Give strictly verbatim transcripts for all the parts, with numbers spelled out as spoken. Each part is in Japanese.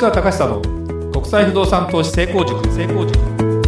川隆久の国際不動産投資成功塾。成功塾。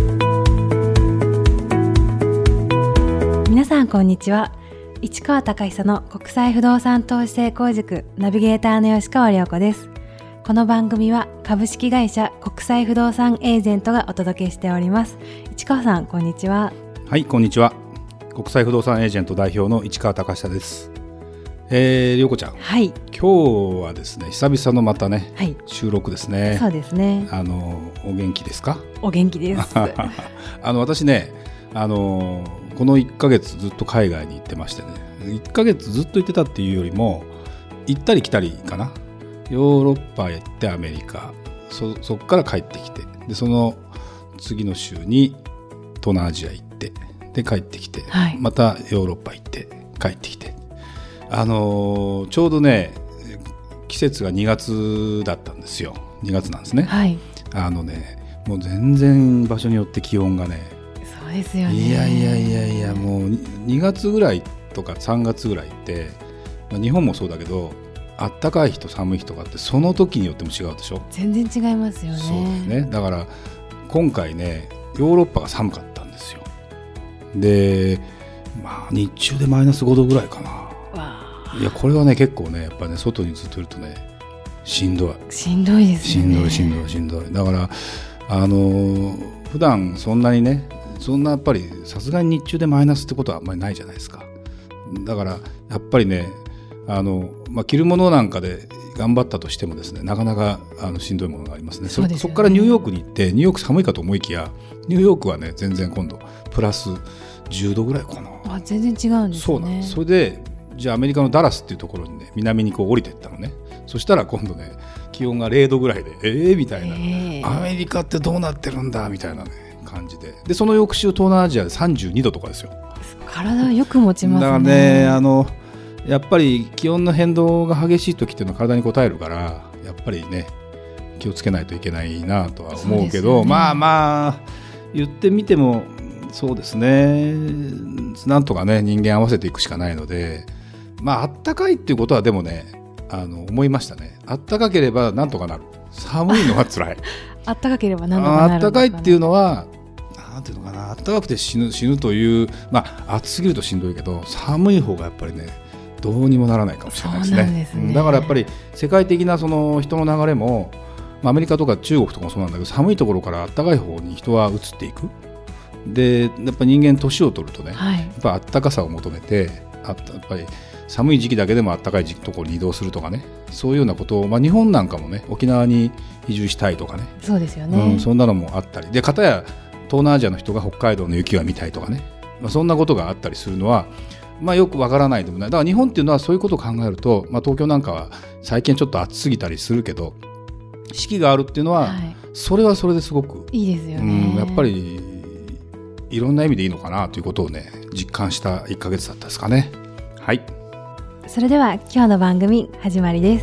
皆さんこんにちは。市川隆久の国際不動産投資成功塾ナビゲーターの吉川良子です。この番組は株式会社国際不動産エージェントがお届けしております。市川さんこんにちは。 はい、こんにちは。国際不動産エージェント代表の市川隆久です。えー、良子ちゃん、 はい、 今日はですね久々のまたね、はい、収録ですね。 そうですね。 あのお元気ですか？ お元気ですあの私ねあのこのいっかげつずっと海外に行ってましてね、いっかげつずっと行ってたっていうよりも行ったり来たりかな。ヨーロッパへ行ってアメリカ、 そ, そこから帰ってきて、でその次の週に東南アジア行ってで帰ってきて、はい、またヨーロッパ行って帰ってきて、あのー、ちょうどね季節がにがつだったんですよ。にがつなんですね、はい、あのねもう全然場所によって気温がね、 そうですよね。 いやいやいやいやもうにがつぐらいとかさんがつぐらいって、まあ、日本もそうだけどあったかい日と寒い日とかってその時によっても違うでしょ。 全然違いますよね。 そうですね。だから今回ねヨーロッパが寒かったんですよ。で、まあ、日中でマイナスごどぐらいかな。いやこれはね結構ねやっぱね外にずっといるとねしんどいしんどいですよね。 しんどいしんどいしんどい。だからあのー、普段そんなにねそんなやっぱりさすがに日中でマイナスってことはあんまりないじゃないですか。だからやっぱりねあの、まあ、着るものなんかで頑張ったとしてもですねなかなかあのしんどいものがありますね。そ, そこからニューヨークに行ってニューヨーク寒いかと思いきやニューヨークはね全然今度プラスじゅうどぐらいかな。 あ全然違うんですね。 そうなんです。それでじゃあアメリカのダラスっていうところにね南にこう降りていったのね。そしたら今度ね気温がれいどぐらいでえーみたいな、えー、アメリカってどうなってるんだみたいなね感じで、でその翌週東南アジアでさんじゅうにどとかですよ。 体はよく持ちますね。 だからねあのやっぱり気温の変動が激しい時っていうのは体に応えるからやっぱりね気をつけないといけないなとは思うけど、ね、まあまあ言ってみてもそうですねなんとかね人間合わせていくしかないので、まああったかいっていうことはでもねあの思いましたね。あったかければなんとかなる。寒いのは辛いあったかければなんとかなる。 あったかいっていうのはなんていうのかな、あったかくて死ぬ、死ぬという、まあ暑すぎるとしんどいけど寒い方がやっぱりねどうにもならないかもしれないです ね, ですね。 だからやっぱり世界的なその人の流れも、まあ、アメリカとか中国とかもそうなんだけど寒いところからあったかい方に人は移っていく。でやっぱ人間年を取るとね、はい、やっぱあったかさを求めてあったやっぱり寒い時期だけでもあったかいところに移動するとかね、そういうようなことを、まあ、日本なんかもね沖縄に移住したいとかね、 そうですよね、 うん、そんなのもあったりで、片や東南アジアの人が北海道の雪が見たいとかね、まあ、そんなことがあったりするのは、まあ、よくわからないでもない。だから日本っていうのはそういうことを考えると、まあ、東京なんかは最近ちょっと暑すぎたりするけど四季があるっていうのは、はい、それはそれですごくいいですよね、 うん、やっぱりいろんな意味でいいのかなということをね実感したいっかげつだったですかね。はい、 それでは今日の番組始まりです。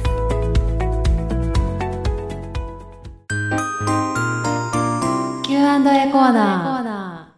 キューアンドエー コーナ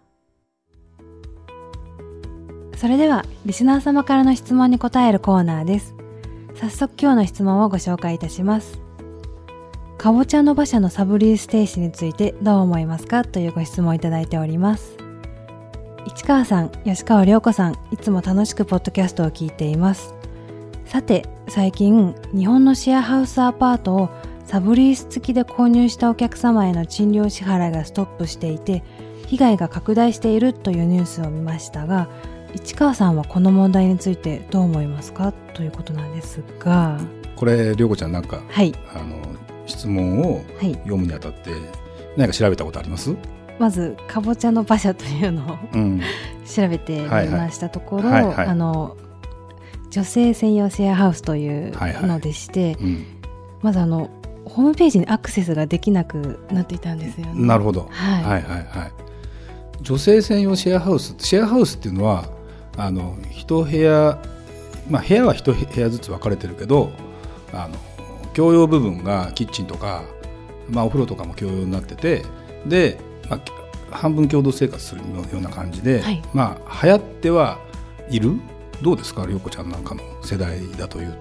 ー。それではリスナー様からの質問に答えるコーナーです。早速今日の質問をご紹介いたします。かぼちゃの馬車のサブリース停止についてどう思いますかというご質問をいただいております。市川さん、吉川良子さん、いつも楽しくポッドキャストを聞いています。さて、最近日本のシェアハウスアパートをサブリース付きで購入したお客様への賃料支払いがストップしていて被害が拡大しているというニュースを見ましたが、市川さんはこの問題についてどう思いますかということなんですが、 これ良子ちゃんなんか、 はい、 あの質問を読むにあたって何か調べたことあります？ まずかぼちゃの馬車というのを、うん、調べてみましたところ、はいはいはいはい、あの女性専用シェアハウスというのでして、はいはいうん、まずあのホームページにアクセスができなくなっていたんですよね。 なるほど、はい、はいはいはい。女性専用シェアハウス、シェアハウスっていうのはあの一部屋、まあ、部屋は一部屋ずつ分かれてるけどあの共用部分がキッチンとか、まあ、お風呂とかも共用になってて、で、まあ、半分共同生活するような感じで、はい、まあ、流行ってはいる。どうですか良子ちゃんなんかの世代だというと。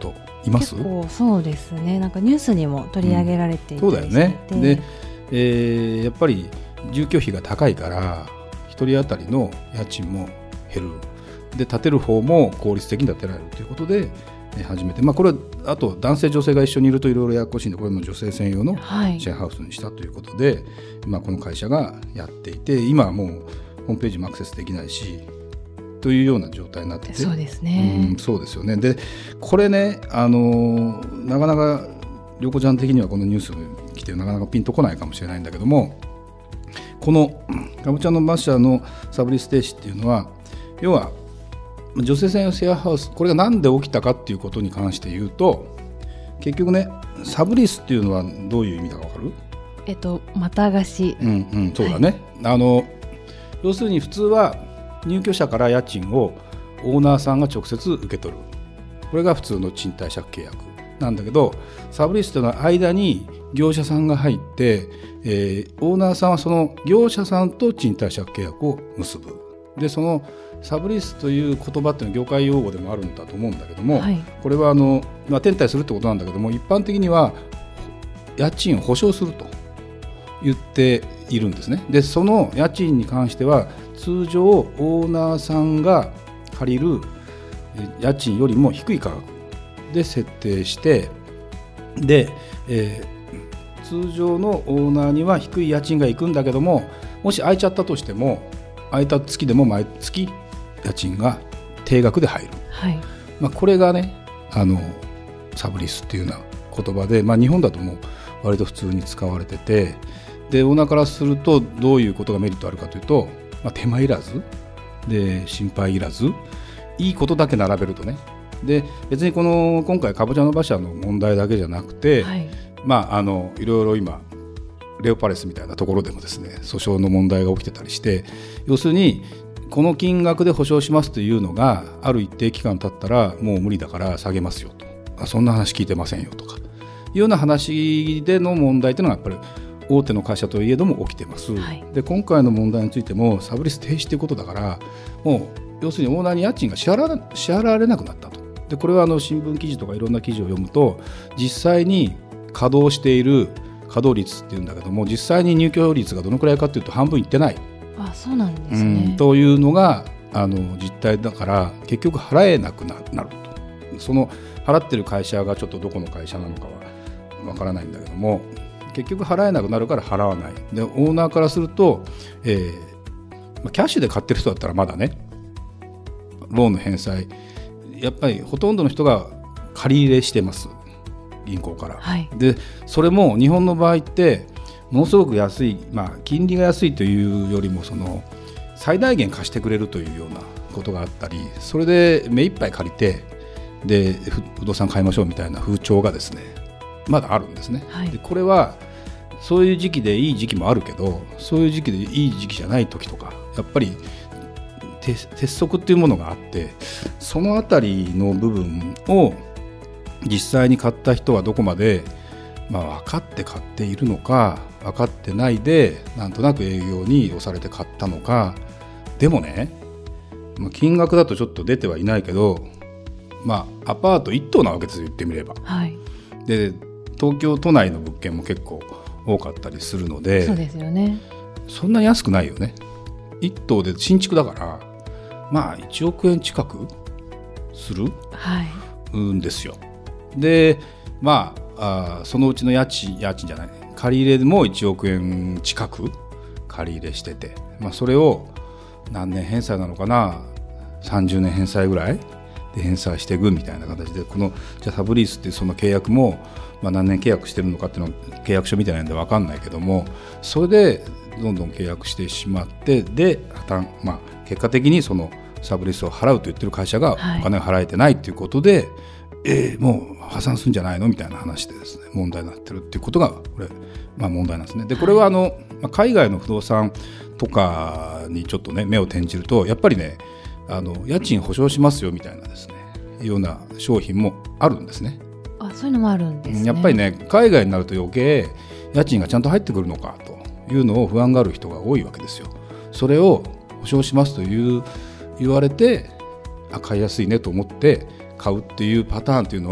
います？ 結構そうですね。なんかニュースにも取り上げられていたりしてて、うん、 そうだよね。で、えー、やっぱり住居費が高いからひとり当たりの家賃も減る。で建てる方も効率的に建てられるということで始めて、まあ、これはあと男性女性が一緒にいるといろいろややこしいんで、これも女性専用のシェアハウスにしたということで、はい、まあ、この会社がやっていて、今はもうホームページもアクセスできないしというような状態になってて、 そうですね、 うん、そうですよね。でこれね、あのなかなか涼子ちゃん的にはこのニュース来てなかなかピンとこないかもしれないんだけども、このかぼちゃの馬車のサブリス停止っていうのは、要は女性専用シェアハウス、これが何で起きたかっていうことに関して言うと、結局ね、サブリスっていうのはどういう意味だか分かる？ えっとまた貸し、 うんうん、そうだね、はい、あの要するに普通は入居者から家賃をオーナーさんが直接受け取る、これが普通の賃貸借契約なんだけど、サブリスというのは間に業者さんが入って、えー、オーナーさんはその業者さんと賃貸借契約を結ぶ。でそのサブリスという言葉っていうのは業界用語でもあるんだと思うんだけども、はい、これはあの、まあ、転貸するってことなんだけども、一般的には家賃を保証すると言っているんですね。でその家賃に関しては通常オーナーさんが借りる家賃よりも低い価格で設定して、で、えー、通常のオーナーには低い家賃がいくんだけども、もし空いちゃったとしても空いた月でも毎月家賃が定額で入る、はい、まあ、これがね、あのサブリスっていうような言葉で、まあ、日本だともう割と普通に使われてて、でオーナーからするとどういうことがメリットあるかというと、まあ、手間いらずで心配いらず、いいことだけ並べるとね、で別にこの今回かぼちゃの馬車の問題だけじゃなくて、はい、まあ、あのいろいろ今レオパレスみたいなところでもですね、訴訟の問題が起きてたりして、要するにこの金額で保証しますというのがある一定期間経ったらもう無理だから下げますよと、あそんな話聞いてませんよとかいうような話での問題というのがやっぱり大手の会社といえども起きてます、はい、で今回の問題についてもサブリス停止ということだから、もう要するにオーナーに家賃が支払わ、支払われなくなったと。でこれはあの新聞記事とかいろんな記事を読むと、実際に稼働している稼働率っていうんだけども、実際に入居率がどのくらいかというと半分いってない。 あ、そうなんですね、 うん、というのがあの実態だから、結局払えなく な, なると。その払ってる会社がちょっとどこの会社なのかはわからないんだけども、結局払えなくなるから払わない。でオーナーからすると、えーまあ、キャッシュで買ってる人だったらまだね、ローンの返済やっぱりほとんどの人が借り入れしてます、銀行から、はい、でそれも日本の場合ってものすごく安い、まあ、金利が安いというよりもその最大限貸してくれるというようなことがあったり、それで目いっぱい借りてで不動産買いましょうみたいな風潮がですねまだあるんですね、はい、でこれはそういう時期でいい時期もあるけど、そういう時期でいい時期じゃない時とかやっぱり鉄則っていうものがあって、そのあたりの部分を実際に買った人はどこまで、まあ、分かって買っているのか分かってないでなんとなく営業に押されて買ったのか。でもね、金額だとちょっと出てはいないけど、まあ、アパート一棟なわけですよ、言ってみれば、はい、で東京都内の物件も結構多かったりするので、 そうですよね、 そんなに安くないよね。一棟で新築だからまあいちおくえん近くする、はい、んですよ。でまあ、あそのうちの家賃家賃じゃない借り入れでもいちおくえん近く借り入れしてて、まあ、それを何年返済なのかな、さんじゅうねん返済ぐらいで返済していくみたいな形で、このじゃサブリースっていうその契約も、まあ、何年契約してるのかっていうのは契約書みたいなんで分かんないけども、それでどんどん契約してしまって、で破綻、まあ、結果的にそのサブリースを払うと言ってる会社がお金を払えてないということで、はい、えー、もう破産するんじゃないのみたいな話でですね問題になってるっていうことがこれ、まあ、問題なんですね。でこれはあの、まあ、海外の不動産とかにちょっとね目を転じると、やっぱりねあの家賃保証しますよみたいなですねような商品もあるんですね。 あ、そういうのもあるんですね。 やっぱりね海外になると余計家賃がちゃんと入ってくるのかというのを不安がある人が多いわけですよ。それを保証しますという言われて、あ、買いやすいねと思って買うっていうパターンというのは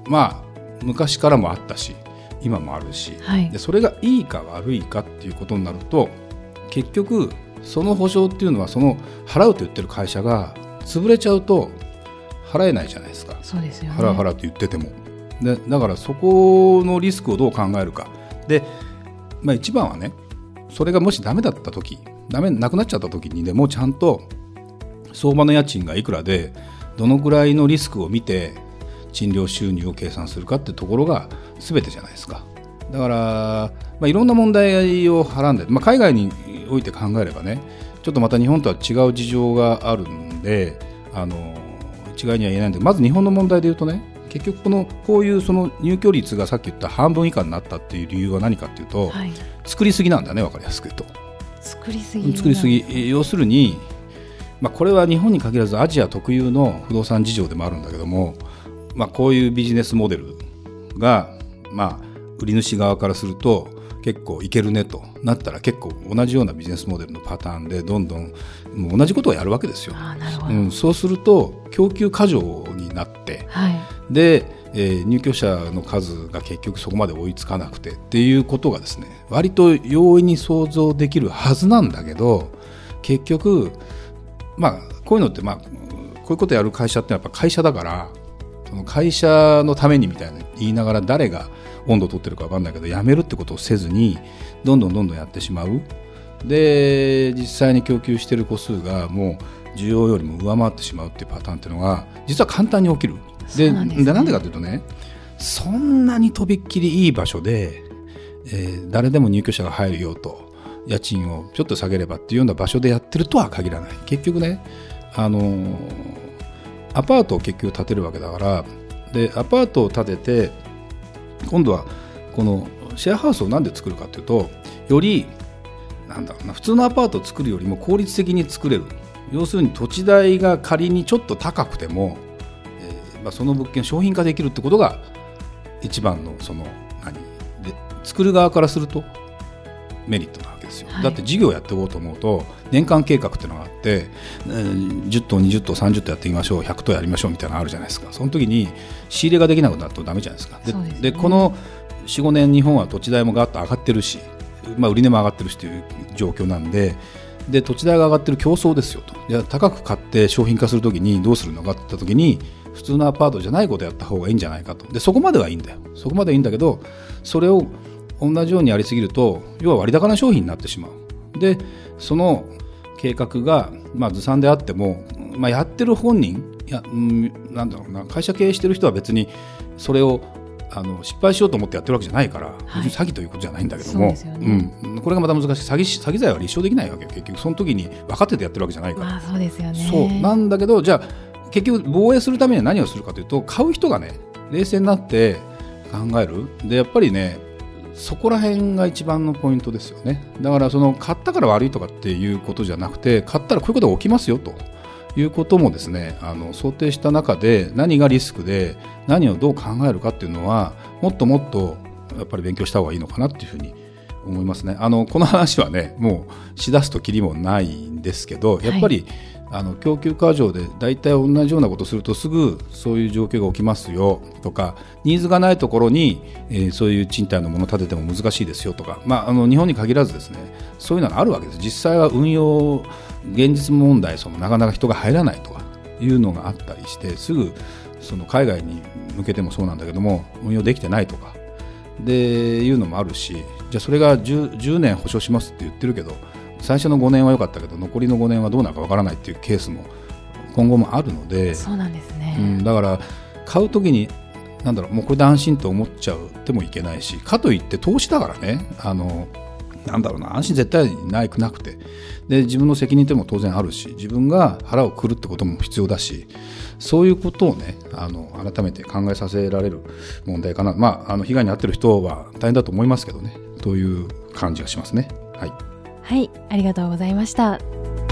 まあ昔からもあったし今もあるし、はい、でそれがいいか悪いかっていうことになると結局その保証っていうのはその払うと言ってる会社が潰れちゃうと払えないじゃないですか。 そうですよね。 払う払うって言っててもでだからそこのリスクをどう考えるかで、まあ、一番はねそれがもしダメだった時ダメなくなっちゃった時にでもちゃんと相場の家賃がいくらでどのぐらいのリスクを見て賃料収入を計算するかってところが全てじゃないですか。だから、まあ、いろんな問題をはらんで、まあ、海外において考えればねちょっとまた日本とは違う事情があるんであの一概には言えないんでまず日本の問題で言うとね結局このこういうその入居率がさっき言った半分以下になったっていう理由は何かっていうと、はい、作りすぎなんだね分かりやすく言うと作りすぎ作りすぎ要するに、まあ、これは日本に限らずアジア特有の不動産事情でもあるんだけどもまあ、こういうビジネスモデルが、まあ、売り主側からすると結構いけるねとなったら結構同じようなビジネスモデルのパターンでどんどんもう同じことをやるわけですよ。 あ、なるほど。 うん、そうすると供給過剰になって、はい、で、えー、入居者の数が結局そこまで追いつかなくてっていうことがですね割と容易に想像できるはずなんだけど結局、まあ、こういうのって、まあ、こういうことやる会社ってやっぱ会社だからその会社のためにみたいな言いながら誰が温度を取ってるか分かんないけどやめるってことをせずにどんどんどんどんやってしまうで実際に供給している個数がもう需要よりも上回ってしまうっていうパターンっていうのが実は簡単に起きる。でなんで、ね、なんでかというとねそんなにとびっきりいい場所で、えー、誰でも入居者が入るよと家賃をちょっと下げればっていうような場所でやってるとは限らない。結局ねあのーアパートを結局建てるわけだからでアパートを建てて今度はこのシェアハウスをなんで作るかというとよりなんだろうな普通のアパートを作るよりも効率的に作れる。要するに土地代が仮にちょっと高くても、えーまあ、その物件を商品化できるってことが一番のその何で作る側からするとメリットなわけですよ、はい、だって事業をやっていこうと思うと年間計画っていうのがあって、えー、じゅっ棟にじゅっ棟さんじゅっ棟やっていきましょうひゃく棟やりましょうみたいなのあるじゃないですか。その時に仕入れができなくなるとダメじゃないですか。 で, で、ね、でこの よんごねん日本は土地代もガッと上がってるし、まあ、売り値も上がってるしという状況なんでで土地代が上がってる競争ですよと。いや高く買って商品化するときにどうするのかって言ったときに普通のアパートじゃないことやった方がいいんじゃないかと。でそこまではいいんだよそこまではいいんだけどそれを同じようにやりすぎると要は割高な商品になってしまう。でその計画が、まあ、ずさんであっても、まあ、やってる本人いや、うん、なんだろうな会社経営してる人は別にそれをあの失敗しようと思ってやってるわけじゃないから、はい、詐欺ということじゃないんだけども、ねうん、これがまた難しい。詐欺、詐欺罪は立証できないわけよ。結局その時に分かっててやってるわけじゃないから、 まあ、そうですよね。 そうなんだけどじゃあ結局防衛するためには何をするかというと買う人がね冷静になって考える。でやっぱりねそこら辺が一番のポイントですよね。だからその買ったから悪いとかっていうことじゃなくて買ったらこういうことが起きますよということもですねあの想定した中で何がリスクで何をどう考えるかっていうのはもっともっとやっぱり勉強した方がいいのかなっていうふうに思いますね。あのこの話はねもうしだすときりもないんですけどやっぱり、はいあの供給過剰で大体同じようなことをするとすぐそういう状況が起きますよとかニーズがないところに、えー、そういう賃貸のものを建てても難しいですよとか、まあ、あの日本に限らずですねそういうのがあるわけです。実際は運用現実問題そのなかなか人が入らないとかいうのがあったりしてすぐその海外に向けてもそうなんだけども運用できてないとかでいうのもあるしじゃあそれが 10, じゅうねん保証しますって言ってるけど最初のごねんは良かったけど残りのごねんはどうなるかわからないっていうケースも今後もあるのでそうなんですね、 うん、だから買うときになんだろうもうこれで安心と思っちゃうってもいけないしかといって投資だからねあのなんだろうな安心絶対ないくなくてで自分の責任っても当然あるし自分が腹をくるってことも必要だしそういうことをねあの改めて考えさせられる問題かな。まああの被害に遭ってる人は大変だと思いますけどねという感じがしますね。はいはい、ありがとうございました。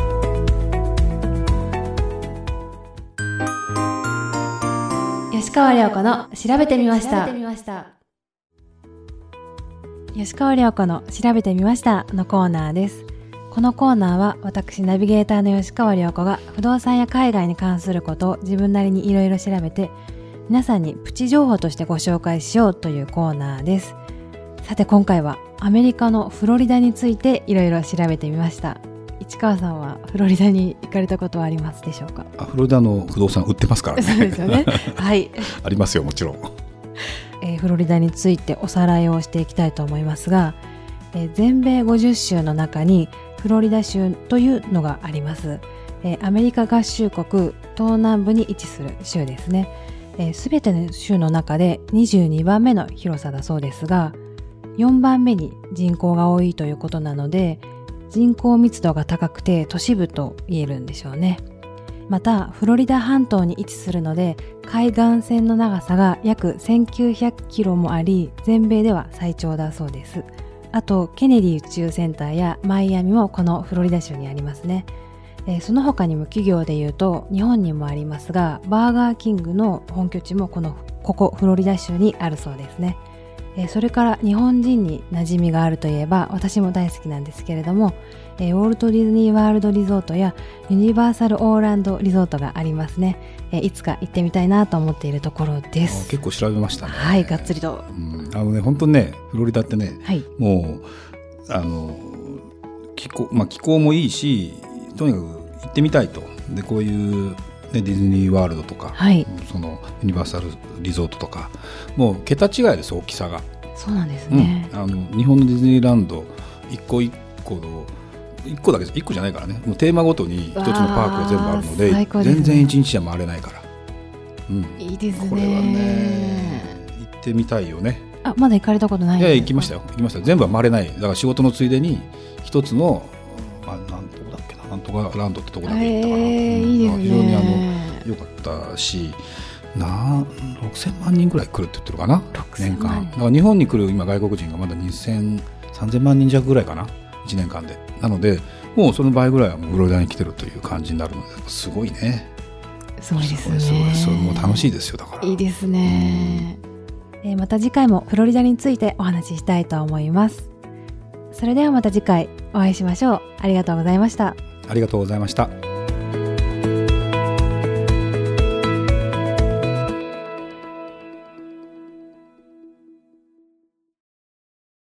吉川亮子の調べてみました。吉川亮子の調べてみましたのコーナーです。このコーナーは私ナビゲーターの吉川亮子が不動産や海外に関することを自分なりにいろいろ調べて皆さんにプチ情報としてご紹介しようというコーナーです。さて今回はアメリカのフロリダについていろいろ調べてみました。市川さんはフロリダに行かれたことはありますでしょうか？ あ、フロリダの不動産売ってますからね。 そうですよね。はい。 ありますよ、もちろん。 えー、フロリダについておさらいをしていきたいと思いますが、えー、全米ごじゅっ州の中にフロリダ州というのがあります。えー、アメリカ合衆国東南部に位置する州ですね。すべ、えー、ての州の中でにじゅうにばんめの広さだそうですが、よんばんめに人口が多いということなので、人口密度が高くて都市部と言えるんでしょうね。またフロリダ半島に位置するので、海岸線の長さが約せんきゅうひゃくキロもあり、全米では最長だそうです。あとケネディ宇宙センターやマイアミもこのフロリダ州にありますね。えー、その他にも企業でいうと日本にもありますが、バーガーキングの本拠地もこのここフロリダ州にあるそうですね。えー、それから日本人に馴染みがあるといえば、私も大好きなんですけれども、えー、ウォルト・ディズニー・ワールド・リゾートやユニバーサル・オーランド・リゾートがありますね。えー、いつか行ってみたいなと思っているところです。 結構調べましたね。 はい、がっつりと。 うん、あのね、本当にね、フロリダってね、はい、もうあの気候、まあ、気候もいいし、とにかく行ってみたいと。でこういう、ね、ディズニーワールドとか、はい、そのユニバーサルリゾートとか、もう桁違いです、大きさが。 そうなんですね。 うん、あの日本のディズニーランド一個一個の一個だけ一個じゃないからね、もうテーマごとに一つのパークが全部あるので、ね、全然一日じゃ回れないから、 うん、いいですね。 これはね、行ってみたいよね。 あ、まだ行かれたことないんですか？ いや、行きましたよ、行きましたよ。全部は回れない。だから仕事のついでに一つの、まあ、なんとこだっけな、なんとかランドってとこだけ行ったかな、えーうん、いいですね。非常にあの良かったし、なろくせんまんにんぐらい来るって言ってるかな、年間。だから日本に来る今外国人がまだにせん、さんぜんまんにん弱ぐらいかな、いちねんかんで。なのでもうその倍ぐらいはもうフロリダに来てるという感じになるので、すごいね。 すごいですね。 すごいすごい、もう楽しいですよ。だからいいですね。えー、また次回もフロリダについてお話ししたいと思います。それではまた次回お会いしましょう。ありがとうございました。 ありがとうございました。